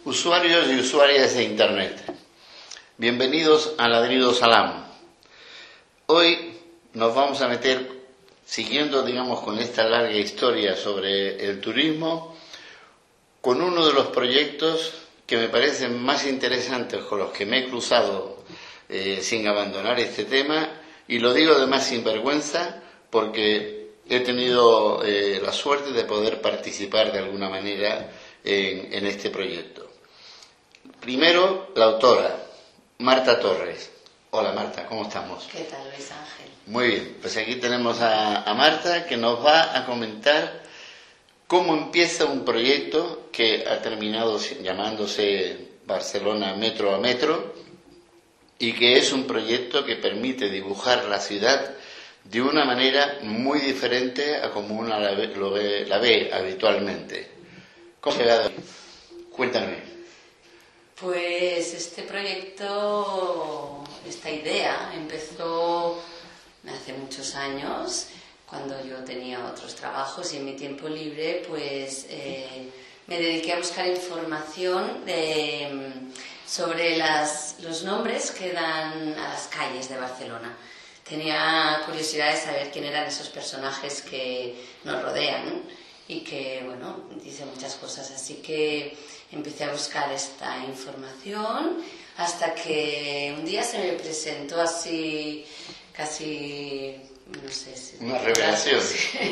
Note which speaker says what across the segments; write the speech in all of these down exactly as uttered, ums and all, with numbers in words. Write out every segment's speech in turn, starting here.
Speaker 1: Usuarios y usuarias de Internet, bienvenidos a Ladrido Salam. Hoy nos vamos a meter, siguiendo digamos con esta larga historia sobre el turismo, con uno de los proyectos que me parecen más interesantes, con los que me he cruzado eh, sin abandonar este tema, y lo digo además sin vergüenza porque he tenido eh, la suerte de poder participar de alguna manera en, en este proyecto. Primero, la autora, Marta Torres. Hola Marta, ¿cómo estamos?
Speaker 2: ¿Qué tal, Luis Ángel?
Speaker 1: Muy bien, pues aquí tenemos a, a Marta, que nos va a comentar cómo empieza un proyecto que ha terminado llamándose Barcelona Metro a Metro y que es un proyecto que permite dibujar la ciudad de una manera muy diferente a como una la ve, lo ve, la ve habitualmente. ¿Cómo se ha llegado? Cuéntame.
Speaker 2: Pues este proyecto, esta idea, empezó hace muchos años, cuando yo tenía otros trabajos y en mi tiempo libre, pues eh, me dediqué a buscar información de, sobre las, los nombres que dan a las calles de Barcelona. Tenía curiosidad de saber quién eran esos personajes que nos rodean y que, bueno, dicen muchas cosas, así que empecé a buscar esta información hasta que un día se me presentó así, casi, no sé si...
Speaker 1: Una revelación.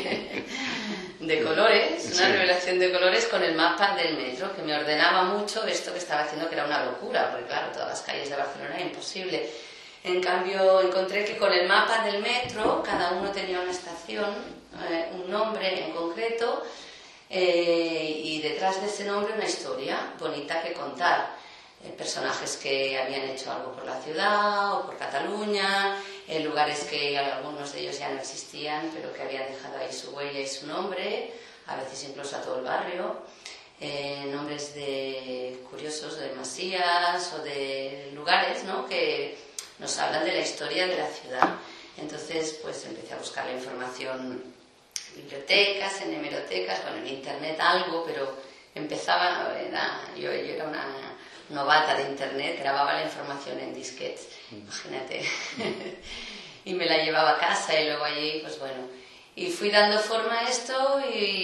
Speaker 2: De colores, una
Speaker 1: sí.
Speaker 2: revelación de colores con el mapa del metro, que me ordenaba mucho esto que estaba haciendo, que era una locura, porque claro, todas las calles de Barcelona era imposible. En cambio, encontré que con el mapa del metro, cada uno tenía una estación, eh, un nombre en concreto, eh, y detrás de ese nombre una historia bonita que contar. Eh, personajes que habían hecho algo por la ciudad o por Cataluña, eh, lugares que algunos de ellos ya no existían, pero que habían dejado ahí su huella y su nombre, a veces incluso a todo el barrio. Eh, nombres de curiosos, de masías o de lugares, ¿no?, que nos hablan de la historia de la ciudad. Entonces, pues empecé a buscar la información en bibliotecas, en hemerotecas, bueno, en internet algo, pero empezaba, era, yo, yo era una novata de internet, grababa la información en disquetes, imagínate, y me la llevaba a casa y luego allí, pues bueno, y fui dando forma a esto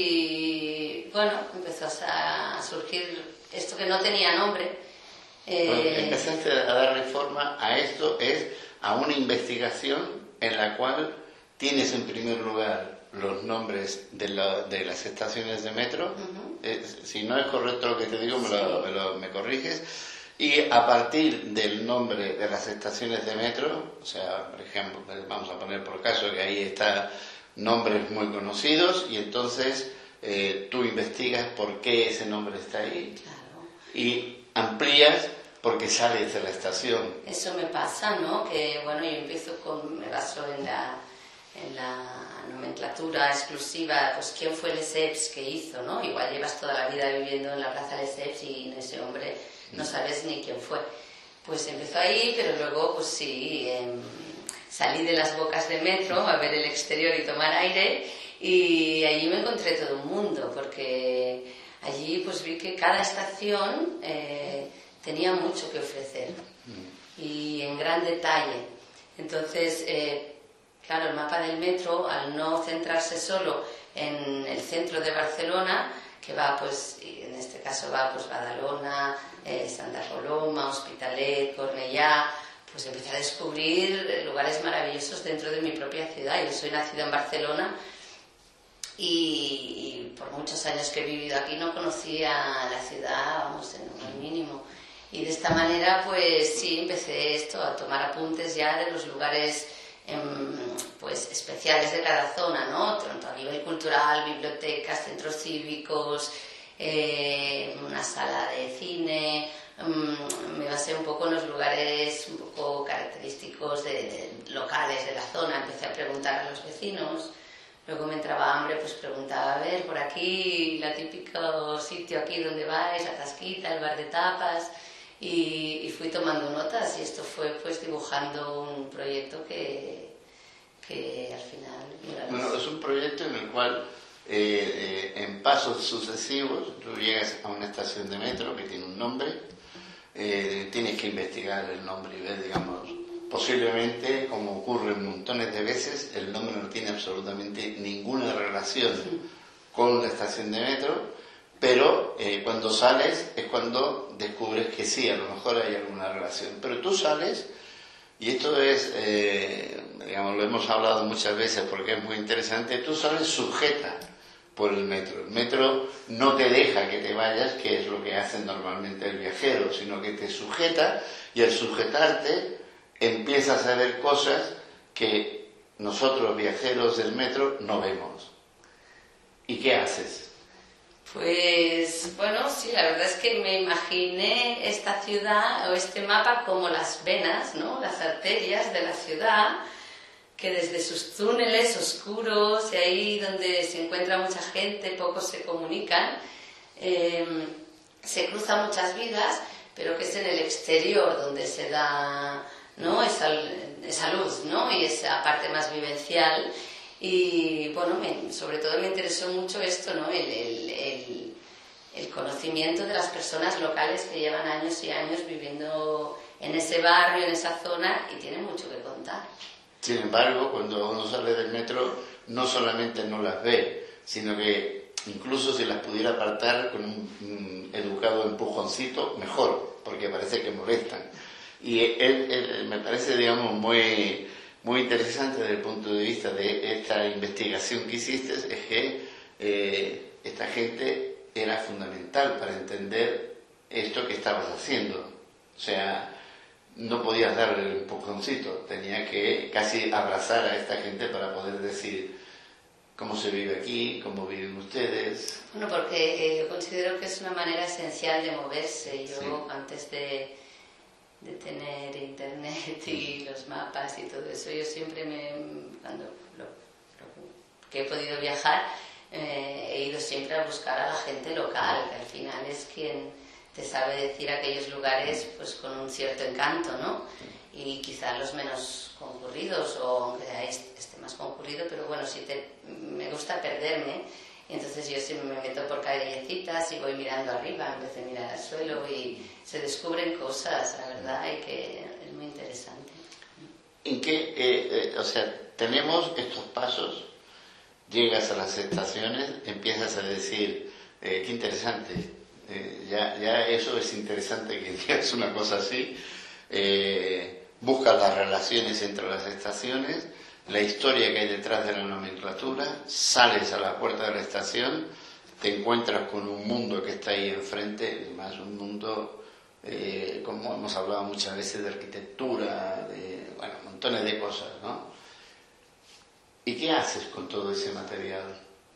Speaker 2: y, bueno, empezó a surgir esto que no tenía nombre.
Speaker 1: Eh, bueno, empezaste a darle forma a esto, es a una investigación en la cual tienes en primer lugar los nombres de, la, de las estaciones de metro. Uh-huh. eh, si no es correcto lo que te digo, me, sí. lo, me, lo, me corriges, y a partir del nombre de las estaciones de metro, o sea, por ejemplo, vamos a poner por caso que ahí está nombres muy conocidos, y entonces eh, tú investigas por qué ese nombre está ahí.
Speaker 2: Claro.
Speaker 1: Y amplías porque sales de la estación.
Speaker 2: Eso me pasa, ¿no? Que bueno, yo empiezo con, me baso en la, en la nomenclatura exclusiva, pues quién fue Lesseps que hizo, ¿no? Igual llevas toda la vida viviendo en la plaza Lesseps y ese hombre no sabes ni quién fue. Pues empezó ahí, pero luego, pues sí, eh, salí de las bocas de metro a ver el exterior y tomar aire, y allí me encontré todo un mundo, porque allí pues vi que cada estación eh, tenía mucho que ofrecer y en gran detalle. Entonces, eh, claro, el mapa del metro, al no centrarse solo en el centro de Barcelona, que va, pues, en este caso va, pues, Badalona, eh, Santa Coloma, Hospitalet, Cornellà, pues empecé a descubrir lugares maravillosos dentro de mi propia ciudad. Yo soy nacida en Barcelona y, y por muchos años que he vivido aquí no conocía la ciudad, vamos, en un mínimo. Y de esta manera, pues sí, empecé esto, a tomar apuntes ya de los lugares eh, pues especiales de cada zona, ¿no? Tanto a nivel cultural, bibliotecas, centros cívicos, eh, una sala de cine. Um, me basé un poco en los lugares un poco característicos de, de locales de la zona. Empecé a preguntar a los vecinos. Luego me entraba hambre, pues preguntaba, a ver, por aquí, el típico sitio aquí donde vais, la Tasquita, el bar de tapas. Y, y fui tomando notas, y esto fue pues dibujando un proyecto que, que al final... Mira,
Speaker 1: bueno, es un proyecto en el cual eh, eh, en pasos sucesivos, tú llegas a una estación de metro que tiene un nombre, eh, tienes que investigar el nombre y ver, digamos, posiblemente, como ocurre montones de veces, el nombre no tiene absolutamente ninguna relación con la estación de metro, pero eh, cuando sales es cuando descubres que sí, a lo mejor hay alguna relación. Pero tú sales, y esto es, eh, digamos, lo hemos hablado muchas veces porque es muy interesante, tú sales sujeta por el metro. El metro no te deja que te vayas, que es lo que hace normalmente el viajero, sino que te sujeta, y al sujetarte empiezas a ver cosas que nosotros viajeros del metro no vemos. ¿Y qué haces?
Speaker 2: Pues bueno, sí, la verdad es que me imaginé esta ciudad o este mapa como las venas, ¿no? Las arterias de la ciudad, que desde sus túneles oscuros y ahí donde se encuentra mucha gente, pocos se comunican, eh, se cruzan muchas vidas, pero que es en el exterior donde se da, ¿no? esa, esa luz, ¿no? Y esa parte más vivencial. Y bueno, me, sobre todo me interesó mucho esto, ¿no? El, el, el, el conocimiento de las personas locales que llevan años y años viviendo en ese barrio, en esa zona, y tienen mucho que contar.
Speaker 1: Sin embargo, cuando uno sale del metro, no solamente no las ve, sino que incluso si las pudiera apartar con un, un educado empujoncito, mejor, porque parece que molestan. Y él, él, me parece, digamos, muy... muy interesante desde el punto de vista de esta investigación que hiciste, es que eh, esta gente era fundamental para entender esto que estabas haciendo. O sea, no podías darle el empujoncito, tenía que casi abrazar a esta gente para poder decir cómo se vive aquí, cómo viven ustedes.
Speaker 2: Bueno, porque eh, yo considero que es una manera esencial de moverse. Yo, sí. antes de... de tener internet y los mapas y todo eso, yo siempre me, cuando lo, lo, que he podido viajar, eh, he ido siempre a buscar a la gente local, que al final es quien te sabe decir aquellos lugares pues con un cierto encanto, ¿no? Y quizás los menos concurridos, o aunque esté más concurrido, pero bueno, sí te, me gusta perderme. Entonces yo siempre me meto por callecitas y voy mirando arriba en vez de mirar al suelo, y se descubren cosas, la verdad, y que es muy interesante.
Speaker 1: ¿En qué, eh, eh, o sea, tenemos estos pasos, llegas a las estaciones, empiezas a decir, eh, qué interesante, eh, ya, ya eso es interesante que digas una cosa así, eh, buscas las relaciones entre las estaciones, la historia que hay detrás de la nomenclatura, sales a la puerta de la estación, te encuentras con un mundo que está ahí enfrente, más un mundo, eh, como hemos hablado muchas veces, de arquitectura, de, bueno, montones de cosas, ¿no? ¿Y qué haces con todo ese material?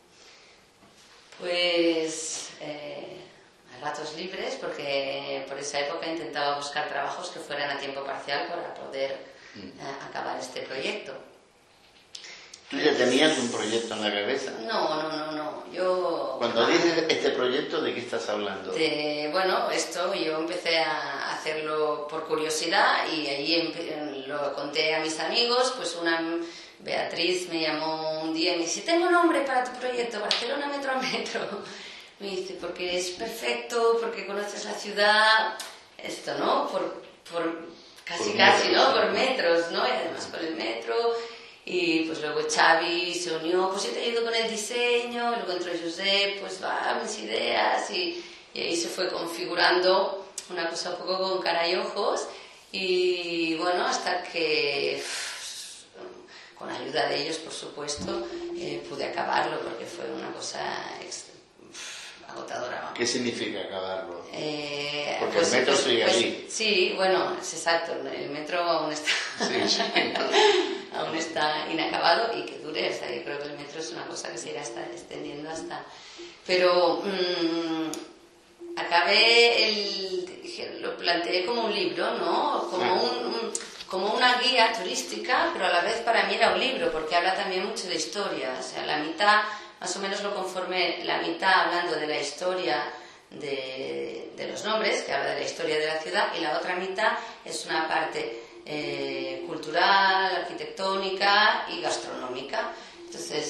Speaker 2: Pues eh, a ratos libres, porque por esa época intentaba buscar trabajos que fueran a tiempo parcial para poder mm. eh, acabar este proyecto.
Speaker 1: ¿Tú ya tenías un proyecto en la cabeza?
Speaker 2: No, no, no, no. Yo...
Speaker 1: Cuando dices este proyecto, ¿de qué estás hablando?
Speaker 2: De, bueno, esto yo empecé a hacerlo por curiosidad y ahí lo conté a mis amigos. Pues una Beatriz me llamó un día y me dice, tengo nombre para tu proyecto, Barcelona Metro a Metro. Me dice, porque es perfecto, porque conoces la ciudad, esto, ¿no? Por, por casi, por casi, metros, ¿no? Por metros, ¿no? Y además con el metro... Y pues luego Xavi se unió, pues yo te ayudo con el diseño, y luego entró Josep, pues va, mis ideas, y, y ahí se fue configurando una cosa un poco con cara y ojos, y bueno, hasta que, con ayuda de ellos, por supuesto, eh, pude acabarlo, porque fue una cosa ex, agotadora. ¿No?
Speaker 1: ¿Qué significa acabarlo?
Speaker 2: Eh,
Speaker 1: porque
Speaker 2: pues,
Speaker 1: el metro
Speaker 2: pues,
Speaker 1: sigue
Speaker 2: pues,
Speaker 1: allí.
Speaker 2: Sí, bueno, es exacto, el metro aún está...
Speaker 1: Sí, sí.
Speaker 2: aún está inacabado y que dure, o sea, yo creo que el metro es una cosa que se irá hasta, extendiendo hasta... Pero mmm, acabé, el, lo planteé como un libro, ¿no? Como, un, un, como una guía turística, pero a la vez para mí era un libro, porque habla también mucho de historia, o sea, la mitad, más o menos lo conformé, la mitad hablando de la historia de, de los nombres, que habla de la historia de la ciudad, y la otra mitad es una parte... Eh, cultural, arquitectónica y gastronómica. Entonces,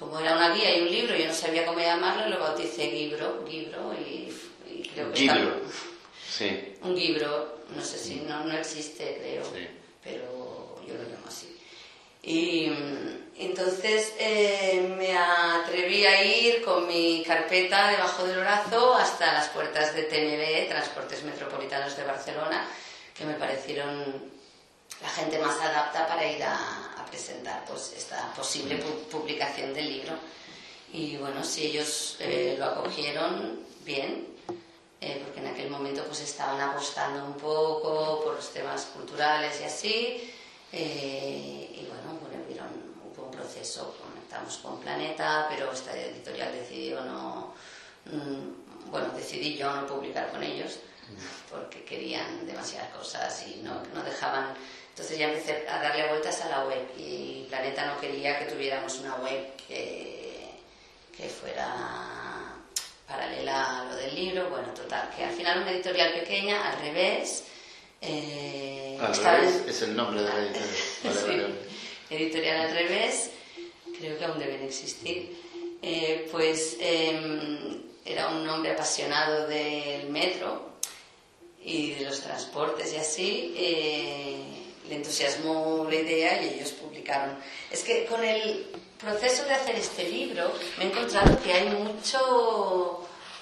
Speaker 2: como era una guía y un libro, yo no sabía cómo llamarlo, lo bauticé Libro, libro y, y creo que
Speaker 1: Libro,
Speaker 2: está,
Speaker 1: sí.
Speaker 2: Un libro, no sé si no, no existe, creo,
Speaker 1: Sí.
Speaker 2: pero yo lo llamo así. Y entonces eh, me atreví a ir con mi carpeta debajo del brazo hasta las puertas de T M B, Transportes Metropolitanos de Barcelona, que me parecieron la gente más adapta para ir a, a presentar pues, esta posible pu- publicación del libro. Y bueno, si ellos eh, lo acogieron bien, eh, porque en aquel momento pues estaban apostando un poco por los temas culturales y así, eh, y bueno, bueno vieron, hubo un proceso, conectamos con Planeta, pero esta editorial decidió no, mm, bueno, decidí yo no publicar con ellos, porque querían demasiadas cosas y no, no dejaban. Entonces ya empecé a darle vueltas a la web y Planeta no quería que tuviéramos una web que, que fuera paralela a lo del libro. Bueno, total, que al final una editorial pequeña, al revés. Eh,
Speaker 1: Al
Speaker 2: esta
Speaker 1: revés
Speaker 2: vez-
Speaker 1: es el nombre de la editorial. Vale,
Speaker 2: Sí,
Speaker 1: vale, vale.
Speaker 2: editorial al revés, creo que aún deben existir. Eh, pues eh, era un hombre apasionado del metro y de los transportes y así, eh, le entusiasmó la idea y ellos publicaron. Es que con el proceso de hacer este libro me he encontrado que hay mucho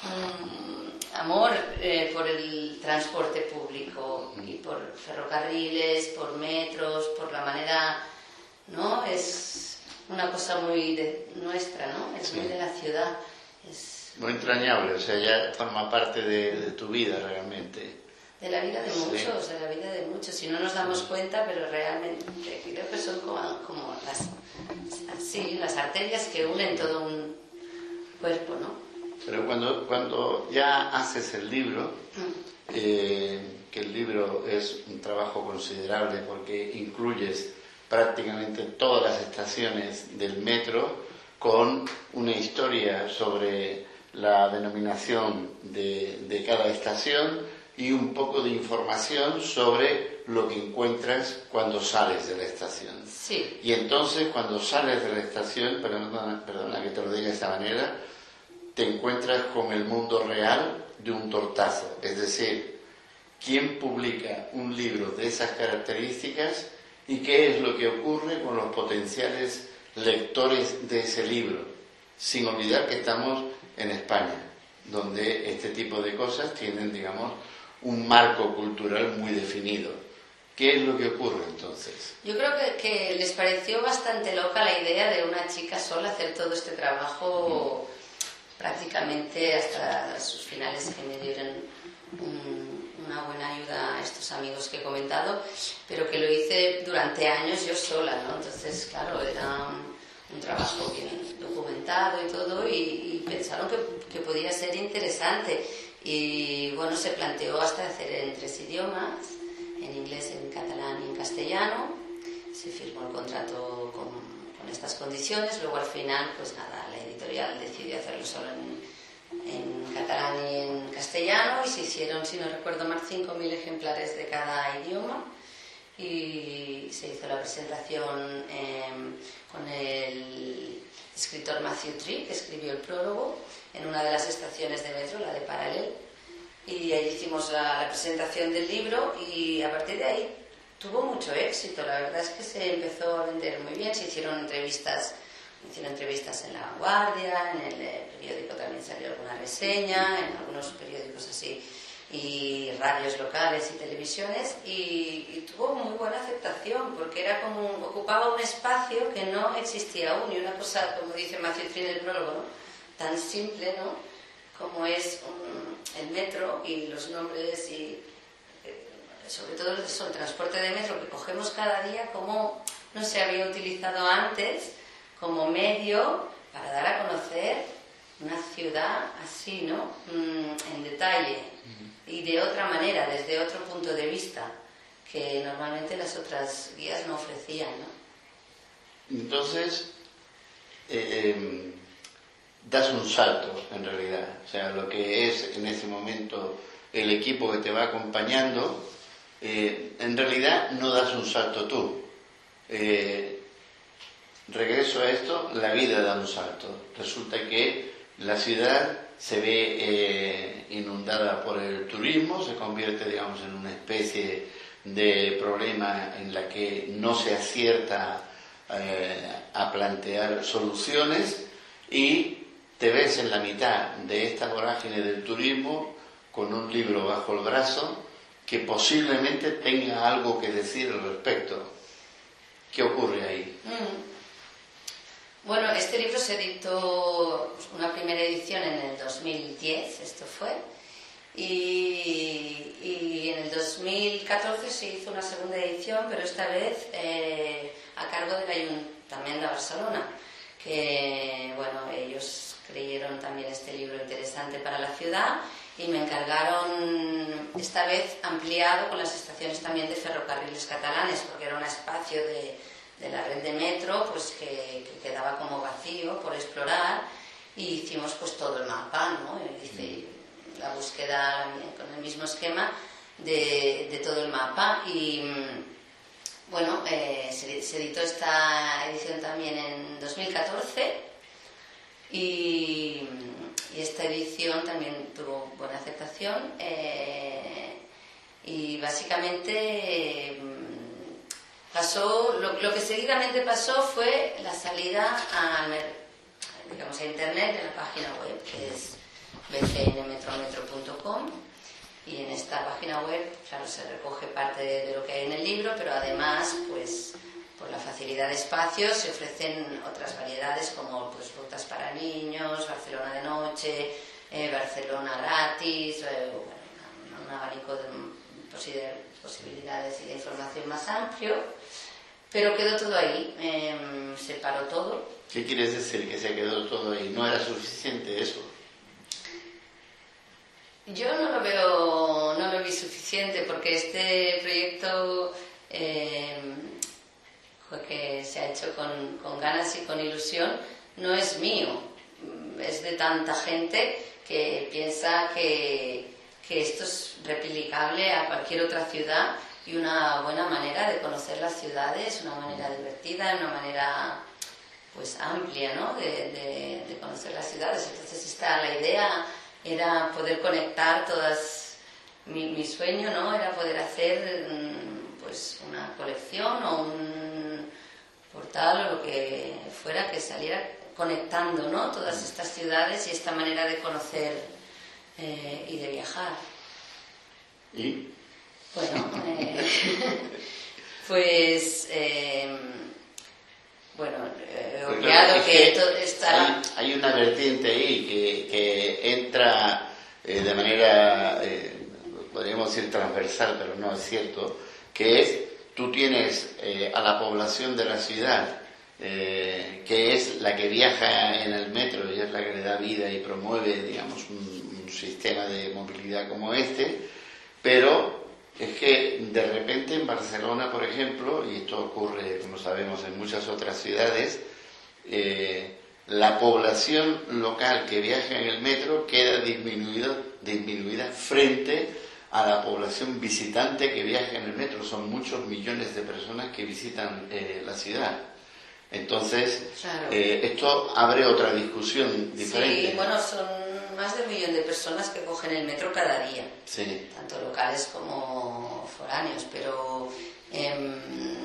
Speaker 2: mm, amor eh, por el transporte público y por ferrocarriles, por metros, por la manera, ¿no? Es una cosa muy de, nuestra, ¿no? Es
Speaker 1: Sí.
Speaker 2: muy de la ciudad. Es
Speaker 1: Muy entrañable, o sea, ya forma parte de, de tu vida realmente.
Speaker 2: de la vida de
Speaker 1: Sí.
Speaker 2: muchos, de la vida de muchos. Si no nos damos cuenta, pero realmente creo que son como, como las, sí, las arterias que unen todo un cuerpo, ¿no?
Speaker 1: Pero cuando, cuando ya haces el libro, eh, que el libro es un trabajo considerable porque incluyes prácticamente todas las estaciones del metro con una historia sobre la denominación de, de cada estación y un poco de información sobre lo que encuentras cuando sales de la estación.
Speaker 2: Sí,
Speaker 1: Y entonces cuando sales de la estación, perdona, perdona que te lo diga de esta manera, te encuentras con el mundo real de un tortazo. Es decir, ¿quién publica un libro de esas características y qué es lo que ocurre con los potenciales lectores de ese libro? Sin olvidar que estamos en España, donde este tipo de cosas tienen, digamos, un marco cultural muy definido. ¿Qué es lo que ocurre entonces?
Speaker 2: yo creo que, que les pareció bastante loca la idea de una chica sola hacer todo este trabajo prácticamente hasta sus finales, que me dieron un, una buena ayuda a estos amigos que he comentado, pero que lo hice durante años yo sola, ¿no? Entonces, claro, era un, un trabajo bien documentado y todo, y, y pensaron que, que podía ser interesante. Y bueno, se planteó hasta hacer en tres idiomas, en inglés, en catalán y en castellano. Se firmó el contrato con, con estas condiciones. Luego al final, pues nada, la editorial decidió hacerlo solo en, en catalán y en castellano, y se hicieron, si no recuerdo mal, cinco mil ejemplares de cada idioma. Y se hizo la presentación eh, con el escritor Matthew Tree, que escribió el prólogo, en una de las estaciones de metro, la de Parallel, y ahí hicimos la, la presentación del libro, y a partir de ahí tuvo mucho éxito. La verdad es que se empezó a vender muy bien, se hicieron entrevistas, hicieron entrevistas en La Vanguardia, en el eh, periódico también salió alguna reseña, en algunos periódicos así, y radios locales y televisiones, y, y tuvo muy buena aceptación, porque era como un- ocupaba un espacio que no existía aún, y una cosa, como dice Matthew Tree en el prólogo, ¿no?, tan simple, ¿no?, como es um, el metro y los nombres, y eh, sobre todo eso, el transporte de metro que cogemos cada día, como no se había utilizado antes como medio para dar a conocer una ciudad así, ¿no?, mm, en detalle y de otra manera, desde otro punto de vista, que normalmente las otras guías no ofrecían, ¿no?
Speaker 1: Entonces, eh, eh, das un salto en realidad. O sea, lo que es en ese momento el equipo que te va acompañando, eh, en realidad no das un salto tú. Eh, regreso a esto, la vida da un salto. Resulta que la ciudad se ve eh, inundada por el turismo, se convierte, digamos, en una especie de problema en la que no se acierta eh, a plantear soluciones, y te ves en la mitad de esta vorágine del turismo con un libro bajo el brazo que posiblemente tenga algo que decir al respecto. ¿Qué ocurre ahí?
Speaker 2: Mm. Bueno, este libro se editó una primera edición en el dos mil diez, esto fue, y, y en el dos mil catorce se hizo una segunda edición, pero esta vez eh, a cargo del Ayuntamiento de Barcelona, que, bueno, ellos creyeron también este libro interesante para la ciudad y me encargaron, esta vez ampliado con las estaciones también de ferrocarriles catalanes, porque era un espacio de, de la red de metro pues que, que quedaba como vacío por explorar, y hicimos pues todo el mapa, ¿no? Hice la búsqueda con el mismo esquema de, de todo el mapa, y bueno, eh, se, se editó esta edición también en dos mil catorce, y, y esta edición también tuvo buena aceptación, eh, y básicamente eh, pasó, lo, lo que seguidamente pasó fue la salida a, digamos, a internet de la página web, que es b c n metrometro punto com. Y en esta página web, claro, se recoge parte de, de lo que hay en el libro, pero además, pues, por la facilidad de espacio, se ofrecen otras variedades como pues, rutas para niños, Barcelona de noche, eh, Barcelona gratis, eh, bueno, un, un abanico de posibilidades y de información más amplio, pero quedó todo ahí, eh, se paró todo.
Speaker 1: ¿Qué quieres decir que se quedó todo ahí? ¿No era suficiente eso?
Speaker 2: Yo no lo veo, no lo vi suficiente, porque este proyecto eh, que se ha hecho con, con ganas y con ilusión no es mío, es de tanta gente que piensa que, que esto es replicable a cualquier otra ciudad, y una buena manera de conocer las ciudades, una manera divertida, una manera pues amplia, ¿no? de, de, de conocer las ciudades. Entonces está la idea era poder conectar todas, mi, mi sueño, ¿no? Era poder hacer pues una colección o un portal o lo que fuera que saliera conectando, ¿no? Todas estas ciudades y esta manera de conocer eh, y de viajar.
Speaker 1: ¿Y?
Speaker 2: Bueno, eh, pues eh, bueno, he obviado
Speaker 1: es
Speaker 2: que,
Speaker 1: que
Speaker 2: todo está...
Speaker 1: hay, hay una vertiente ahí que, que entra eh, de manera, eh, podríamos decir transversal, pero no es cierto, que es, tú tienes eh, a la población de la ciudad, eh, que es la que viaja en el metro y es la que le da vida y promueve, digamos, un, un sistema de movilidad como este, pero es que de repente en Barcelona, por ejemplo, y esto ocurre, como sabemos, en muchas otras ciudades, eh, la población local que viaja en el metro queda disminuida, disminuida frente a la población visitante que viaja en el metro. Son muchos millones de personas que visitan eh, la ciudad. Entonces,
Speaker 2: claro.
Speaker 1: eh, esto abre otra discusión diferente.
Speaker 2: Sí, bueno, son más de un millón de personas que cogen el metro cada día,
Speaker 1: sí.
Speaker 2: Tanto locales como foráneos, pero eh,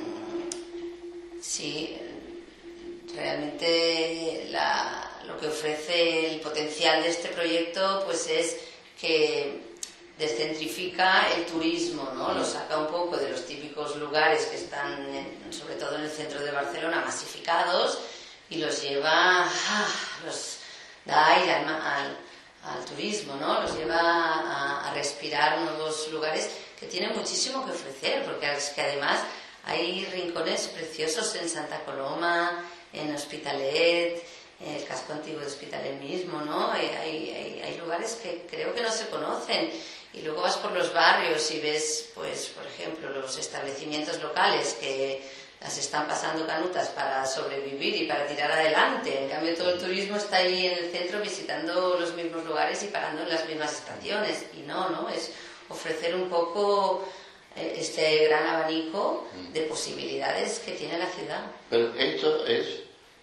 Speaker 2: sí, realmente la, lo que ofrece el potencial de este proyecto pues es que descentrifica el turismo, ¿no? Lo saca un poco de los típicos lugares que están, en, sobre todo en el centro de Barcelona, masificados, y los lleva, ah, los da aire al, al, al turismo, ¿no? Los lleva a, a respirar nuevos lugares que tienen muchísimo que ofrecer, porque es que además hay rincones preciosos en Santa Coloma, en Hospitalet, en el casco antiguo de Hospitalet mismo, ¿no? Hay, hay, hay lugares que creo que no se conocen. Y luego vas por los barrios y ves, pues, por ejemplo, los establecimientos locales que las están pasando canutas para sobrevivir y para tirar adelante. En cambio, todo el turismo está ahí en el centro visitando los mismos lugares y parando en las mismas estaciones. Y no, ¿no? Es ofrecer un poco este gran abanico de posibilidades que tiene la ciudad.
Speaker 1: Pero esto es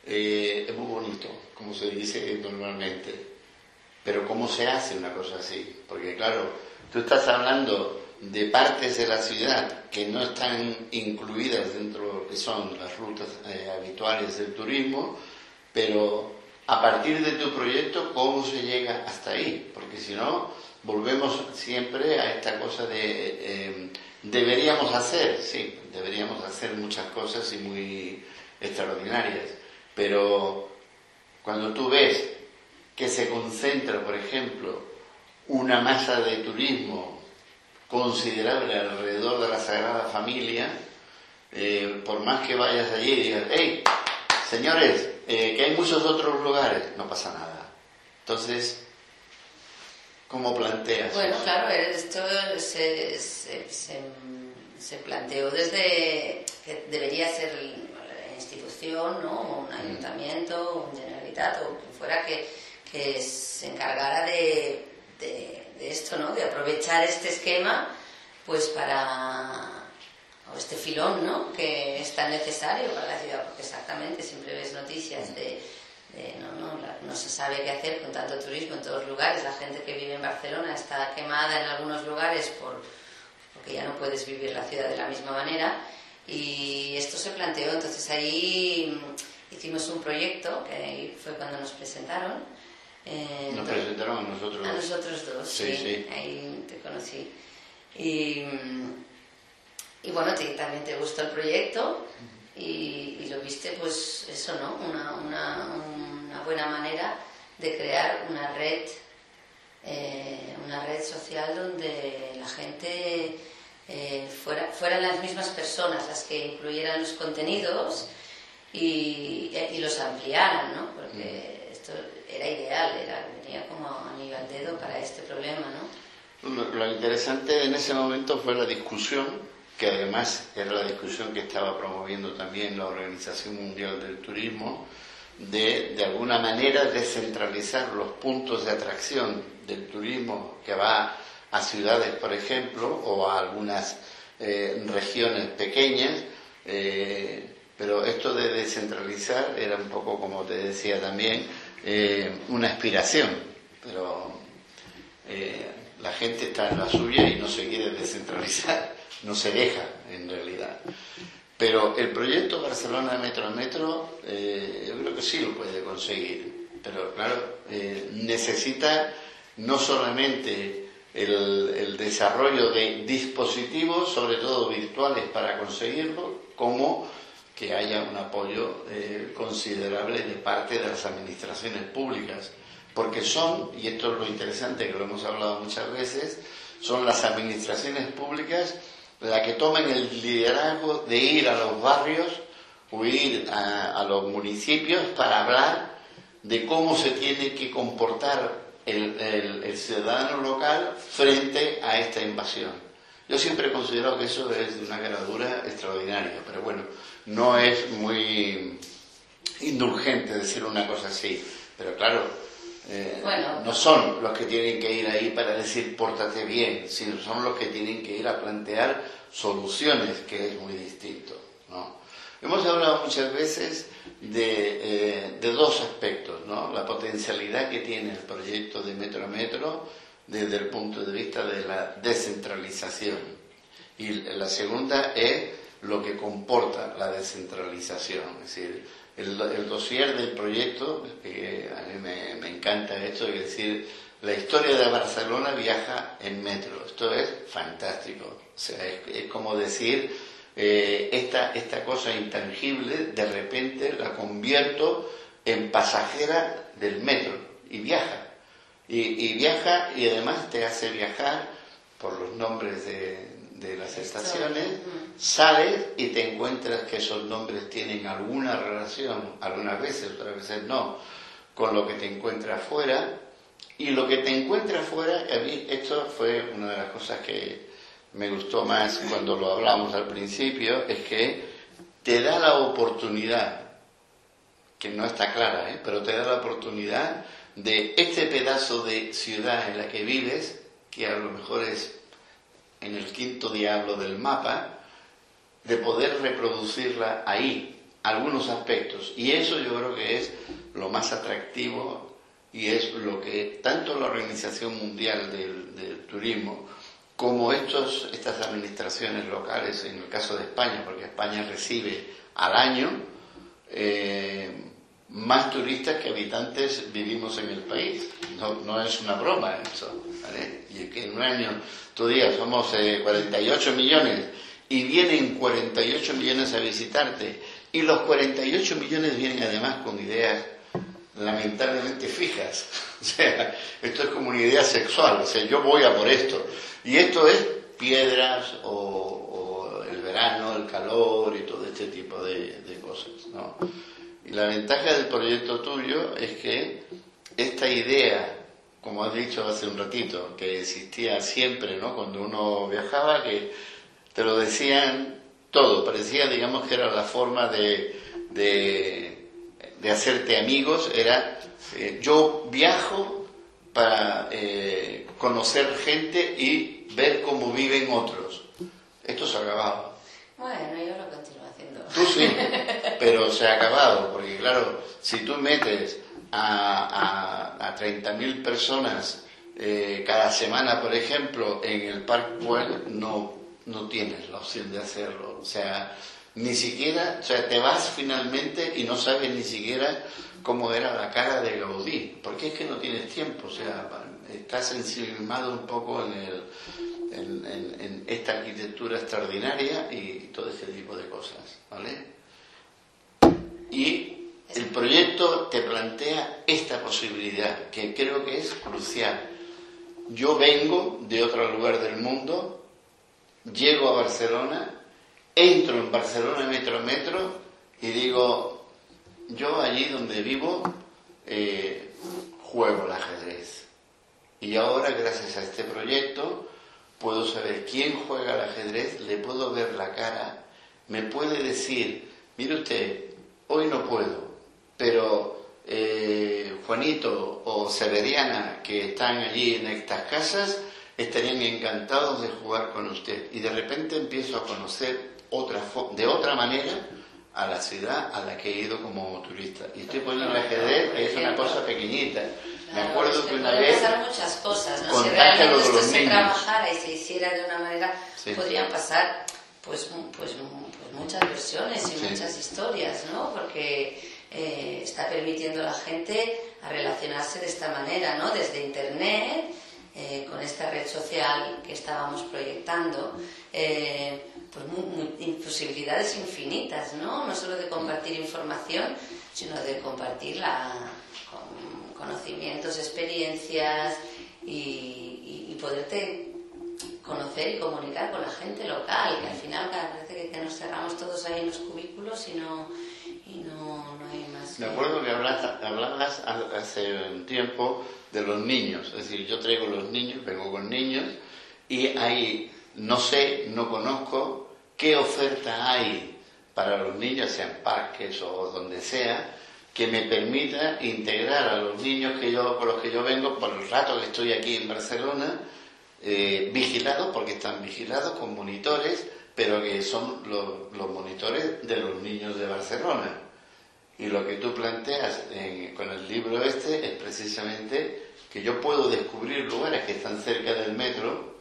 Speaker 1: eh, es muy bonito, como se dice normalmente. Pero ¿cómo se hace una cosa así? Porque claro, tú estás hablando de partes de la ciudad que no están incluidas dentro de lo que son las rutas eh, habituales del turismo, pero a partir de tu proyecto, ¿cómo se llega hasta ahí? Porque si no, volvemos siempre a esta cosa de eh, deberíamos hacer, sí, deberíamos hacer muchas cosas y muy extraordinarias, pero cuando tú ves que se concentra, por ejemplo, una masa de turismo considerable alrededor de la Sagrada Familia, eh, por más que vayas allí y digas, hey, señores, eh, que hay muchos otros lugares, no pasa nada. Entonces, ¿cómo planteas?
Speaker 2: Bueno,
Speaker 1: eso?
Speaker 2: claro, esto se, se, se, se planteó desde que debería ser la institución, ¿no? Un ayuntamiento, un Generalitat o quien fuera que, que se encargara de, de, de esto, ¿no? De aprovechar este esquema pues para... o este filón, ¿no? Que es tan necesario para la ciudad, porque exactamente siempre ves noticias de, de no, no, la, no se sabe qué hacer con tanto turismo en todos lugares. La gente que vive en Barcelona está quemada en algunos lugares por, porque ya no puedes vivir la ciudad de la misma manera, y esto se planteó. Entonces ahí hicimos un proyecto, que ahí fue cuando nos presentaron. Eh,
Speaker 1: nos presentaron a nosotros
Speaker 2: a
Speaker 1: dos.
Speaker 2: nosotros dos,
Speaker 1: sí,
Speaker 2: sí,
Speaker 1: sí.
Speaker 2: Ahí te conocí. Y... Y bueno, te, también te gustó el proyecto y, y lo viste, pues eso, ¿no? Una, una, una buena manera de crear una red, eh, una red social donde la gente eh, fuera, fueran las mismas personas las que incluyeran los contenidos y, y los ampliaran, ¿no? Porque esto era ideal, era, venía como anillo al dedo para este problema, ¿no?
Speaker 1: Lo, lo interesante en ese momento fue la discusión, que además era la discusión que estaba promoviendo también la Organización Mundial del Turismo, de de alguna manera descentralizar los puntos de atracción del turismo que va a ciudades, por ejemplo, o a algunas eh, regiones pequeñas, eh, pero esto de descentralizar era un poco, como te decía también, eh, una aspiración, pero eh, la gente está en la suya y no se quiere descentralizar. No se deja, en realidad. Pero el proyecto Barcelona Metro a Metro, eh, yo creo que sí lo puede conseguir. Pero claro, eh, necesita no solamente el, el desarrollo de dispositivos, sobre todo virtuales, para conseguirlo, como que haya un apoyo eh, considerable de parte de las administraciones públicas. Porque son, y esto es lo interesante, que lo hemos hablado muchas veces, son las administraciones públicas la que tomen el liderazgo de ir a los barrios o ir a, a los municipios para hablar de cómo se tiene que comportar el, el, el ciudadano local frente a esta invasión. Yo siempre he considerado que eso es de una gradura extraordinaria, pero bueno, no es muy indulgente decir una cosa así, pero claro, Eh, bueno, no son los que tienen que ir ahí para decir pórtate bien, sino son los que tienen que ir a plantear soluciones, que es muy distinto, ¿no? Hemos hablado muchas veces de, eh, de dos aspectos, ¿no? La potencialidad que tiene el proyecto de Metro a Metro desde el punto de vista de la descentralización, y la segunda es lo que comporta la descentralización, es decir, El, el dossier del proyecto, que a mí me, me encanta esto, es decir, la historia de Barcelona viaja en metro. Esto es fantástico. O sea, es, es como decir, eh, esta, esta cosa intangible, de repente la convierto en pasajera del metro y viaja. Y, y viaja y además te hace viajar por los nombres de, de las estaciones, sales y te encuentras que esos nombres tienen alguna relación, algunas veces, otras veces no, con lo que te encuentras fuera, y lo que te encuentras fuera, a mí esto fue una de las cosas que me gustó más cuando lo hablamos al principio, es que te da la oportunidad, que no está clara, ¿eh? pero te da la oportunidad de este pedazo de ciudad en la que vives, que a lo mejor es en el quinto diablo del mapa, de poder reproducirla ahí, algunos aspectos. Y eso yo creo que es lo más atractivo y es lo que tanto la Organización Mundial del, del Turismo como estos, estas administraciones locales, en el caso de España, porque España recibe al año eh, más turistas que habitantes vivimos en el país. No, no es una broma eso, ¿vale? Y es que en un año, tú digas, somos eh, cuarenta y ocho millones y vienen cuarenta y ocho millones a visitarte, y los cuarenta y ocho millones vienen además con ideas lamentablemente fijas. O sea, esto es como una idea sexual, o sea, yo voy a por esto. Y esto es piedras o, o el verano, el calor y todo este tipo de, de cosas, ¿no? Y la ventaja del proyecto tuyo es que esta idea, como has dicho hace un ratito, que existía siempre, ¿no? Cuando uno viajaba, que te lo decían todo, parecía, digamos, que era la forma de, de, de hacerte amigos, era eh, yo viajo para eh, conocer gente y ver cómo viven otros. Esto se ha acabado.
Speaker 2: Bueno, yo lo continúo haciendo.
Speaker 1: Tú sí, pero se ha acabado, porque claro, si tú metes a, a, a treinta mil personas eh, cada semana, por ejemplo, en el Parque Güell, no, no tienes la opción de hacerlo. O sea, ni siquiera, o sea, te vas finalmente y no sabes ni siquiera cómo era la cara de Gaudí, porque es que no tienes tiempo, o sea, estás ensimismado un poco en, el, en, en, en esta arquitectura extraordinaria y todo ese tipo de cosas, ¿vale? Y el proyecto te plantea esta posibilidad, que creo que es crucial. Yo vengo de otro lugar del mundo, llego a Barcelona, entro en Barcelona metro a metro y digo, yo allí donde vivo eh, juego al ajedrez. Y ahora, gracias a este proyecto, puedo saber quién juega al ajedrez, le puedo ver la cara, me puede decir, mire usted, hoy no puedo, pero eh, Juanito o Severiana, que están allí en estas casas, estarían encantados de jugar con usted. Y de repente empiezo a conocer otra de otra manera a la ciudad a la que he ido como turista. Y estoy poniendo el ajedrez, que es una cosa pequeñita. Me acuerdo
Speaker 2: claro,
Speaker 1: que una
Speaker 2: pueden
Speaker 1: vez...
Speaker 2: pasar muchas cosas, ¿no? Si
Speaker 1: Contáctalo
Speaker 2: realmente
Speaker 1: de
Speaker 2: esto
Speaker 1: los
Speaker 2: se
Speaker 1: niños.
Speaker 2: trabajara y se hiciera de una manera,
Speaker 1: Sí.
Speaker 2: podrían pasar pues, pues, pues muchas versiones y
Speaker 1: Sí.
Speaker 2: muchas historias, ¿no? Porque eh, está permitiendo a la gente a relacionarse de esta manera, ¿no? Desde Internet, eh, con esta red social que estábamos proyectando, eh, pues muy, muy, posibilidades infinitas, ¿no? No solo de compartir información, sino de compartir la, con, conocimientos, experiencias y, y, y poderte conocer y comunicar con la gente local, que al final parece que, que nos cerramos todos ahí en los cubículos y no, y no, no hay más.
Speaker 1: Me acuerdo que hablabas, hablabas hace un tiempo de los niños, es decir, yo traigo los niños, vengo con niños y ahí no sé, no conozco qué oferta hay para los niños, sean parques o donde sea, que me permita integrar a los niños que yo, con los que yo vengo por el rato que estoy aquí en Barcelona, eh, vigilados, porque están vigilados con monitores, pero que son los, los monitores de los niños de Barcelona. Y lo que tú planteas en, con el libro este es precisamente que yo puedo descubrir lugares que están cerca del metro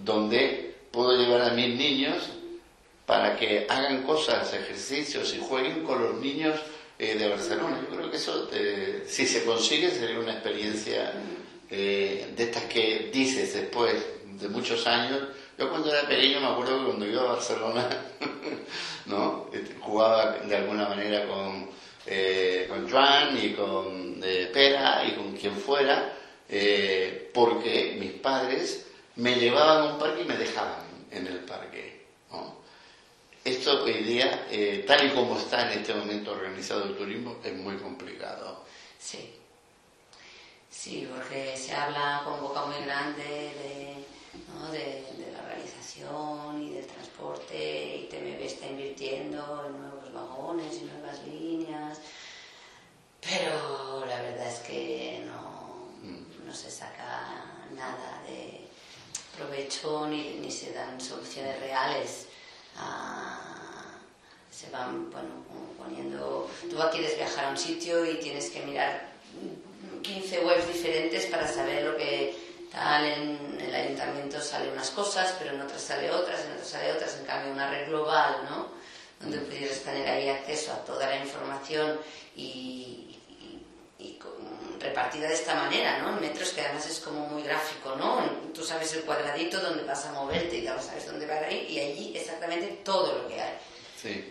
Speaker 1: donde puedo llevar a mis niños para que hagan cosas, ejercicios y jueguen con los niños eh, de Barcelona. Yo creo que eso, eh, si se consigue, sería una experiencia eh, de estas que dices después de muchos años. Yo cuando era pequeño me acuerdo que cuando iba a Barcelona, ¿no? Jugaba de alguna manera con, eh, con Joan y con eh, Pera y con quien fuera, eh, porque mis padres me llevaban a un parque y me dejaban en el parque, ¿no? Esto hoy día, eh, tal y como está en este momento organizado el turismo, es muy complicado.
Speaker 2: Sí, sí, porque se habla con boca muy grande de, ¿no? de, de la organización y del transporte, y T M B está invirtiendo en nuevos vagones y nuevas líneas, pero la verdad es que no, no se saca nada de provecho ni, ni se dan soluciones reales. Ah, se van, bueno, poniendo... Tú quieres viajar a un sitio y tienes que mirar quince webs diferentes para saber lo que tal. En el ayuntamiento sale unas cosas, pero en otras sale otras, en otras sale otras. En cambio, una red global, ¿no? Donde pudieras tener ahí acceso a toda la información y, y, y con, repartida de esta manera, ¿no? En metros, que además es como muy gráfico, ¿no? Tú sabes el cuadradito donde vas a moverte y ya sabes dónde va a ir, y allí exactamente todo lo que hay.
Speaker 1: Sí.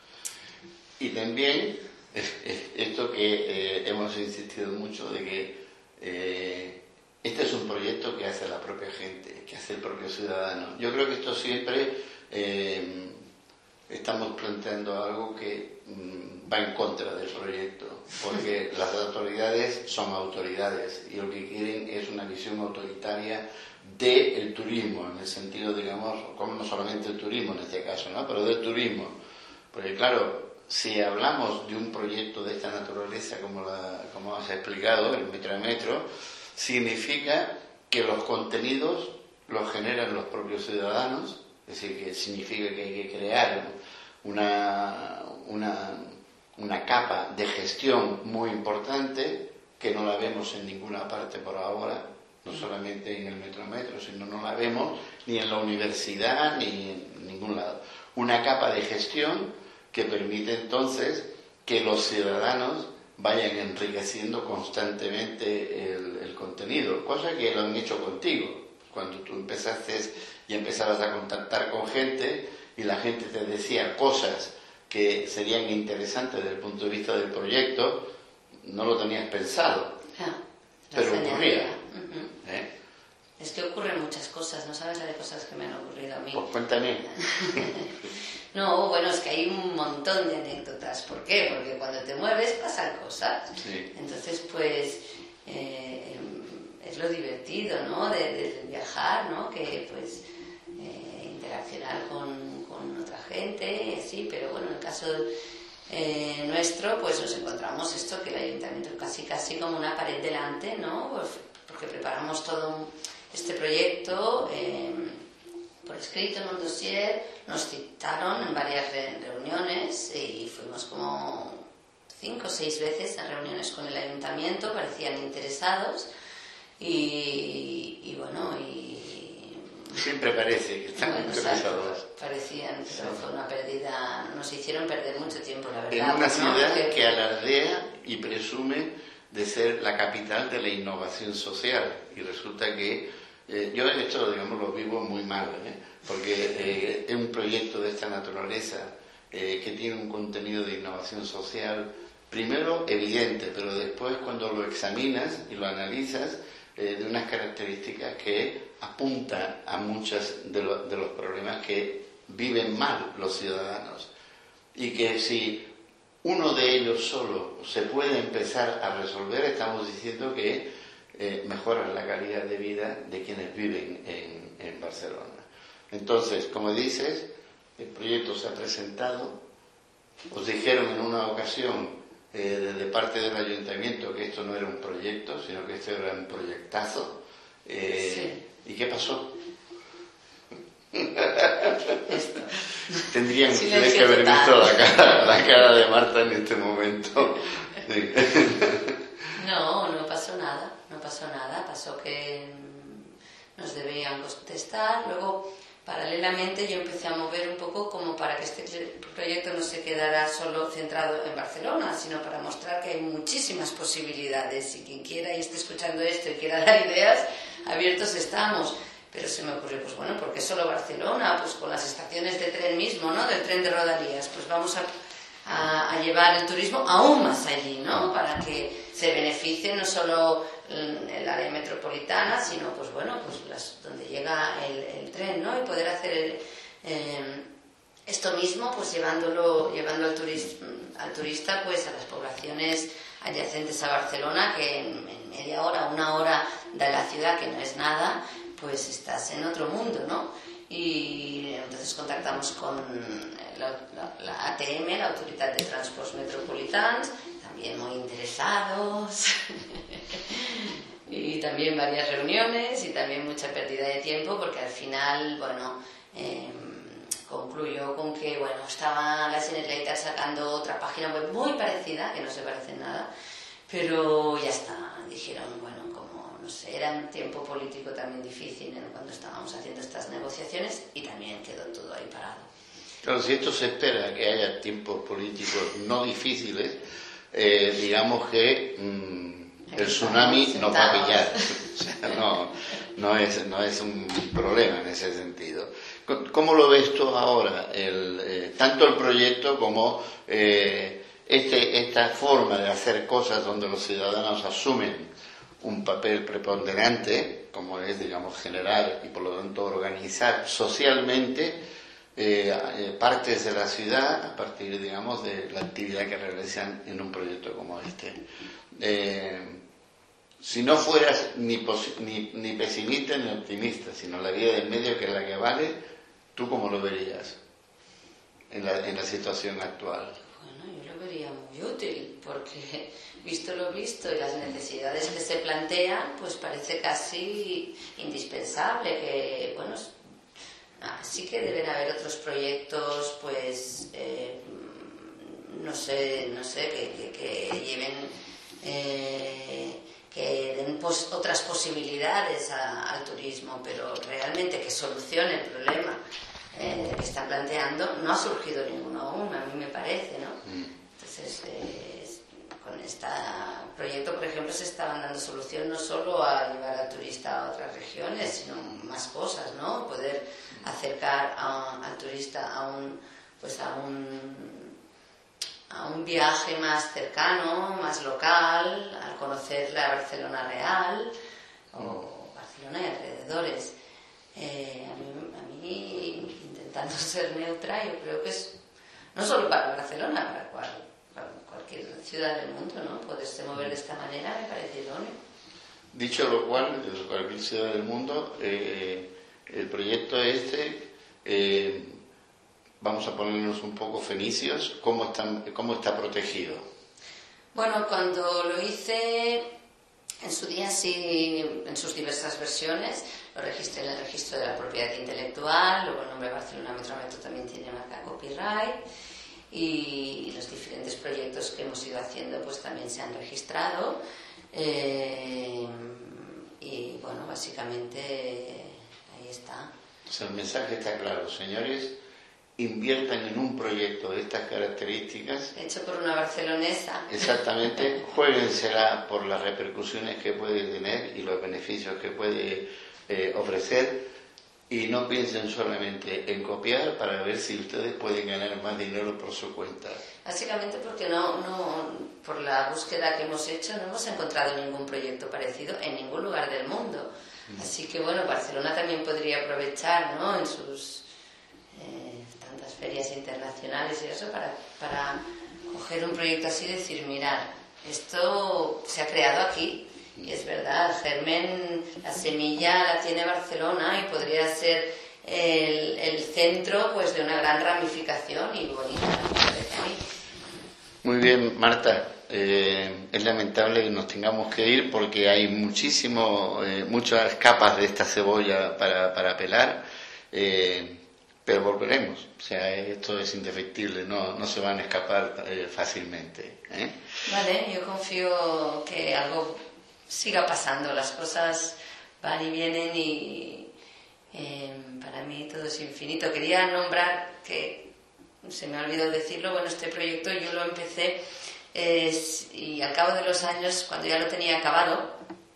Speaker 1: Y también esto que eh, hemos insistido mucho de que eh, este es un proyecto que hace la propia gente, que hace el propio ciudadano. Yo creo que esto siempre eh, estamos planteando algo que mm, va en contra del proyecto, porque las autoridades son autoridades y lo que quieren es una visión autoritaria del turismo, en el sentido, digamos, como no solamente el turismo en este caso, ¿no? Pero del turismo. Porque claro, si hablamos de un proyecto de esta naturaleza, como, la, como has explicado, el metro a metro, significa que los contenidos los generan los propios ciudadanos, es decir, que significa que hay que crear una, una, una capa de gestión muy importante, que no la vemos en ninguna parte por ahora, no solamente en el metro a metro, sino no la vemos ni en la universidad ni en ningún lado. Una capa de gestión que permite entonces que los ciudadanos vayan enriqueciendo constantemente el, el contenido, cosa que lo han hecho contigo. Cuando tú empezaste y empezabas a contactar con gente y la gente te decía cosas que serían interesantes desde el punto de vista del proyecto, no lo tenías pensado,
Speaker 2: ah,
Speaker 1: pero ocurría.
Speaker 2: Uh-huh.
Speaker 1: ¿Eh?
Speaker 2: Es que ocurren muchas cosas, no sabes la de cosas que me han ocurrido a mí.
Speaker 1: Pues cuéntame.
Speaker 2: No, bueno, es que hay un montón de anécdotas. ¿Por qué? Porque cuando te mueves pasan cosas.
Speaker 1: Sí.
Speaker 2: Entonces, pues, eh, es lo divertido, ¿no? De, de viajar, ¿no? Que, pues, eh, interaccionar con, con otra gente, sí, pero bueno, en el caso eh, nuestro, pues nos encontramos esto, que el ayuntamiento casi casi como una pared delante, ¿no? Pues, porque preparamos todo este proyecto eh, por escrito en un dossier, nos citaron en varias re- reuniones y fuimos como cinco o seis veces a reuniones con el ayuntamiento, parecían interesados y, y bueno, y...
Speaker 1: Siempre parece que están
Speaker 2: bueno,
Speaker 1: interesados.
Speaker 2: exacto, parecían, pero fue una pérdida, nos hicieron perder mucho tiempo, la verdad.
Speaker 1: En una
Speaker 2: ¿no?
Speaker 1: ciudad
Speaker 2: que,
Speaker 1: que alardea y presume de ser la capital de la innovación social, y resulta que eh, yo esto, digamos, lo vivo muy mal, ¿eh? Porque eh, es un proyecto de esta naturaleza eh, que tiene un contenido de innovación social, primero evidente, pero después cuando lo examinas y lo analizas, eh, de unas características que apuntan a muchos de, lo, de los problemas que viven mal los ciudadanos, y que si uno de ellos solo se puede empezar a resolver, estamos diciendo que eh, mejora la calidad de vida de quienes viven en, en Barcelona. Entonces, como dices, el proyecto se ha presentado. Os dijeron en una ocasión eh, desde parte del ayuntamiento que esto no era un proyecto, sino que esto era un proyectazo. Eh, sí. ¿Y qué pasó?
Speaker 2: Esto.
Speaker 1: Tendrían ustedes que haber visto la cara, la cara de Marta en este momento. Sí.
Speaker 2: No, no pasó nada, no pasó nada. Pasó que nos debían contestar. Luego, paralelamente, yo empecé a mover un poco como para que este proyecto no se quedara solo centrado en Barcelona, sino para mostrar que hay muchísimas posibilidades y quien quiera y esté escuchando esto y quiera dar ideas, abiertos estamos. Pero se me ocurrió, pues bueno, ¿por qué solo Barcelona? Pues con las estaciones de tren mismo, ¿no? Del tren de Rodalías, pues vamos a, a, a llevar el turismo aún más allí, ¿no? Para que se beneficie no solo el área metropolitana, sino, pues bueno, pues las, donde llega el, el tren, ¿no? Y poder hacer el, eh, esto mismo, pues llevándolo, llevando al turista, al turista, pues a las poblaciones adyacentes a Barcelona, que en, en media hora, una hora de la ciudad, que no es nada, pues estás en otro mundo, ¿no? Y entonces contactamos con la, la, la A T M, la Autoridad de Transports Metropolitans, también muy interesados, y también varias reuniones y también mucha pérdida de tiempo, porque al final, bueno, eh, concluyó con que, bueno, estaba la Generalitat sacando otra página web muy parecida, que no se parece en nada, pero ya está, dijeron, bueno, como, no sé, era un tiempo político también difícil, ¿no?, cuando estábamos haciendo estas negociaciones, y también quedó todo ahí parado.
Speaker 1: Claro, si esto se espera que haya tiempos políticos no difíciles, eh, digamos que mmm, el tsunami nos va a pillar. O sea, no, no, es, no es un problema en ese sentido. ¿Cómo lo ves tú ahora? El, eh, tanto el proyecto como eh, este, esta forma de hacer cosas donde los ciudadanos asumen un papel preponderante, como es, digamos, generar y por lo tanto organizar socialmente eh, eh, partes de la ciudad a partir, digamos, de la actividad que realizan en un proyecto como este. Eh, si no fueras ni, ni, ni pesimista ni optimista, sino la vía del medio, que es la que vale, ¿tú cómo lo verías en la, en la situación actual?
Speaker 2: Bueno, yo lo vería muy útil, porque visto lo visto y las necesidades que se plantean, pues parece casi indispensable que, bueno, ah, sí que deben haber otros proyectos, pues, eh, no sé, no sé, que, que, que lleven, eh, que den pos, otras posibilidades a, al turismo, pero realmente que solucione el problema eh, que están planteando, no ha surgido ninguno aún, a mí me parece, ¿no? Entonces, eh, con este proyecto, por ejemplo, se estaban dando solución no solo a llevar al turista a otras regiones, sino más cosas, ¿no? Poder acercar a, al turista a un, pues a un a un viaje más cercano, más local, al conocer la Barcelona real o Barcelona y alrededores. Eh, a, mí, a mí, intentando ser neutra, yo creo que es no solo para Barcelona, para, cual, para cualquier ciudad del mundo, ¿no? Poderse mover de esta manera me parece idóneo.
Speaker 1: Dicho lo cual, en cualquier ciudad del mundo, eh, el proyecto este, eh, vamos a ponernos un poco fenicios, ¿cómo, están, ¿cómo está protegido?
Speaker 2: Bueno, cuando lo hice en su día, sí, en sus diversas versiones, lo registré en el registro de la propiedad intelectual, luego el nombre Barcelona Metrometro también tiene marca copyright, y los diferentes proyectos que hemos ido haciendo pues también se han registrado, eh, y bueno, básicamente ahí está.
Speaker 1: O sea, el mensaje está claro, señores. Inviertan en un proyecto de estas características.
Speaker 2: Hecho por una barcelonesa.
Speaker 1: Exactamente, juéguensela por las repercusiones que puede tener y los beneficios que puede eh, ofrecer, y no piensen solamente en copiar para ver si ustedes pueden ganar más dinero por su cuenta.
Speaker 2: Básicamente porque no, no, por la búsqueda que hemos hecho no hemos encontrado ningún proyecto parecido en ningún lugar del mundo. Mm. Así que bueno, Barcelona también podría aprovechar, ¿no?, en sus eh, tantas ferias internacionales y eso, para, para coger un proyecto así y decir, mirad, esto se ha creado aquí, y es verdad, el germen, la semilla la tiene Barcelona y podría ser el, el centro pues de una gran ramificación y bonita, me parece a mí.
Speaker 1: Muy bien, Marta, eh, es lamentable que nos tengamos que ir porque hay muchísimo, eh, muchas capas de esta cebolla para, para pelar. Eh, Pero volveremos, o sea, esto es indefectible, no, no se van a escapar eh, fácilmente. ¿eh?
Speaker 2: Vale, yo confío que algo siga pasando, las cosas van y vienen y eh, para mí todo es infinito. Quería nombrar, que se me ha olvidado decirlo, bueno, este proyecto yo lo empecé eh, y al cabo de los años, cuando ya lo tenía acabado,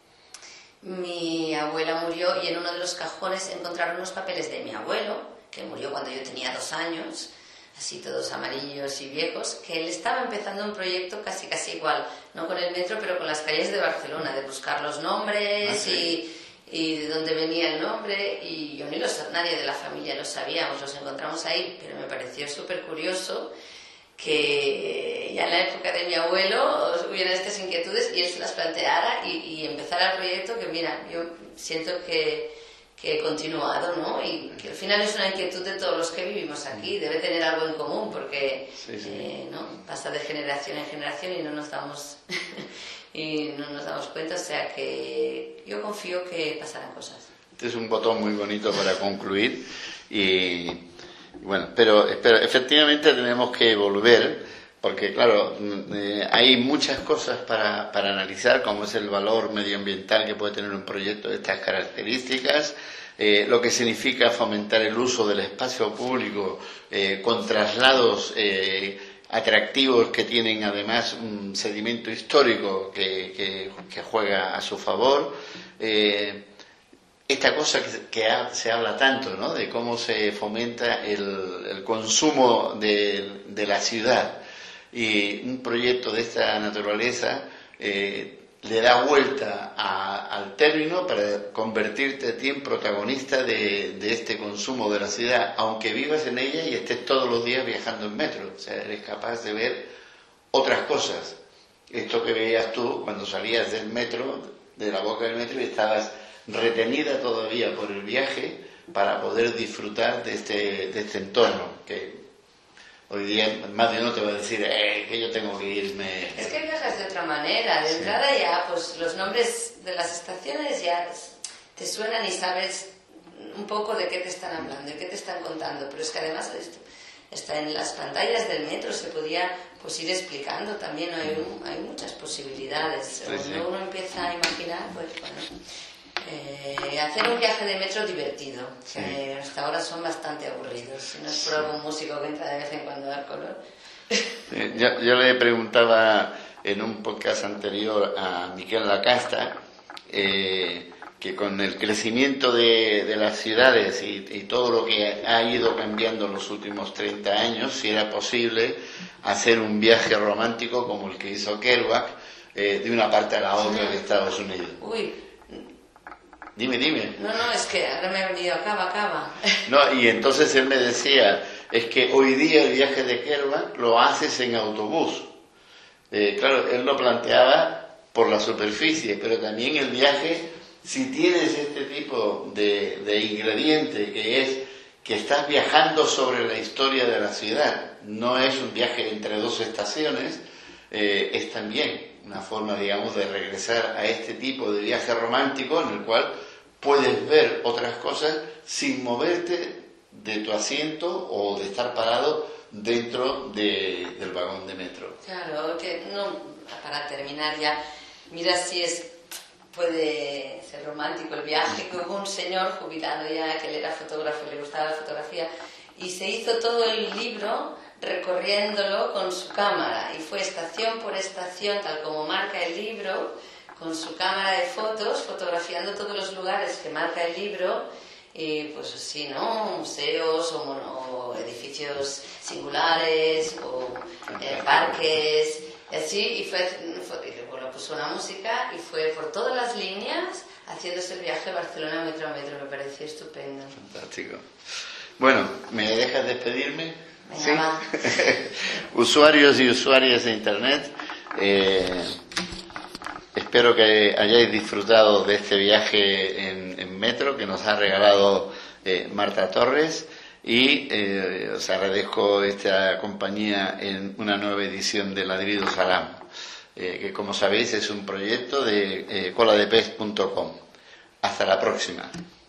Speaker 2: mi abuela murió y en uno de los cajones encontraron unos papeles de mi abuelo, que murió cuando yo tenía dos años, así todos amarillos y viejos, que él estaba empezando un proyecto casi casi igual, no con el metro, pero con las calles de Barcelona, de buscar los nombres. ¿Ah, sí? y, y de dónde venía el nombre, y yo ni los, nadie de la familia lo sabíamos, los encontramos ahí, pero me pareció súper curioso que ya en la época de mi abuelo hubiera estas inquietudes y él se las planteara y, y empezara el proyecto, que mira, yo siento que que he continuado, ¿no? Y que al final es una inquietud de todos los que vivimos aquí, debe tener algo en común, porque sí, sí. Eh, ¿no? pasa de generación en generación y no nos damos y no nos damos cuenta, o sea que yo confío que pasarán cosas.
Speaker 1: Este es un botón muy bonito para concluir, y Bueno, pero, pero efectivamente tenemos que volver, porque claro, eh, hay muchas cosas para, para analizar, como es el valor medioambiental que puede tener un proyecto de estas características, eh, lo que significa fomentar el uso del espacio público eh, con traslados eh, atractivos que tienen además un sedimento histórico que, que, que juega a su favor. Eh, esta cosa que, que ha, se habla tanto, ¿no?, de cómo se fomenta el, el consumo de, de la ciudad, y un proyecto de esta naturaleza eh, le da vuelta a, al término para convertirte a ti en protagonista de, de este consumo de la ciudad, aunque vivas en ella y estés todos los días viajando en metro. O sea, eres capaz de ver otras cosas. Esto que veías tú cuando salías del metro, de la boca del metro, y estabas retenida todavía por el viaje para poder disfrutar de este, de este entorno, que hoy día más de uno te va a decir eh, que yo tengo que irme.
Speaker 2: Es que viajas de otra manera. De sí. entrada ya, pues los nombres de las estaciones ya te suenan y sabes un poco de qué te están hablando, de qué te están contando. Pero es que además esto está en las pantallas del metro, se podía pues ir explicando también. Hay, hay muchas posibilidades. Sí, Cuando sí. uno empieza a imaginar, pues bueno. Eh, hacer un viaje de metro divertido, sí. que hasta ahora son bastante aburridos, si no es por algún músico que entra de vez en cuando a dar color.
Speaker 1: Sí, yo, yo le preguntaba en un podcast anterior a Miquel Lacasta eh, que con el crecimiento de, de las ciudades y, y todo lo que ha ido cambiando en los últimos treinta años, si era posible hacer un viaje romántico como el que hizo Kerouac eh, de una parte a la otra de Estados Unidos.
Speaker 2: Uy.
Speaker 1: Dime, dime.
Speaker 2: No, no, es que ahora me ha venido acaba, acaba.
Speaker 1: No, y entonces él me decía, es que hoy día el viaje de Kerouac lo haces en autobús. Eh, claro, él lo planteaba por la superficie, pero también el viaje, si tienes este tipo de, de ingrediente, que es que estás viajando sobre la historia de la ciudad, no es un viaje entre dos estaciones, eh, es también una forma, digamos, de regresar a este tipo de viaje romántico en el cual puedes ver otras cosas sin moverte de tu asiento o de estar parado dentro de, del vagón de metro.
Speaker 2: Claro, que no, para terminar ya, mira si es puede ser romántico el viaje, que hubo un señor jubilado ya, que él era fotógrafo y le gustaba la fotografía, y se hizo todo el libro recorriéndolo con su cámara, y fue estación por estación, tal como marca el libro, con su cámara de fotos, fotografiando todos los lugares que marca el libro, y pues sí, ¿no? Museos o, o edificios singulares, o eh, parques, y así, y fue, fue y luego lo puso una música, y fue por todas las líneas, haciéndose el viaje Barcelona metro a metro. Me pareció estupendo.
Speaker 1: Fantástico. Bueno, ¿me dejas despedirme?
Speaker 2: Venga,
Speaker 1: ¿Sí?
Speaker 2: va.
Speaker 1: Usuarios y usuarias de Internet, eh, espero que hayáis disfrutado de este viaje en, en metro que nos ha regalado eh, Marta Torres, y eh, os agradezco esta compañía en una nueva edición de Ladridos Salam, eh, que como sabéis es un proyecto de eh, cola de pez punto com. Hasta la próxima.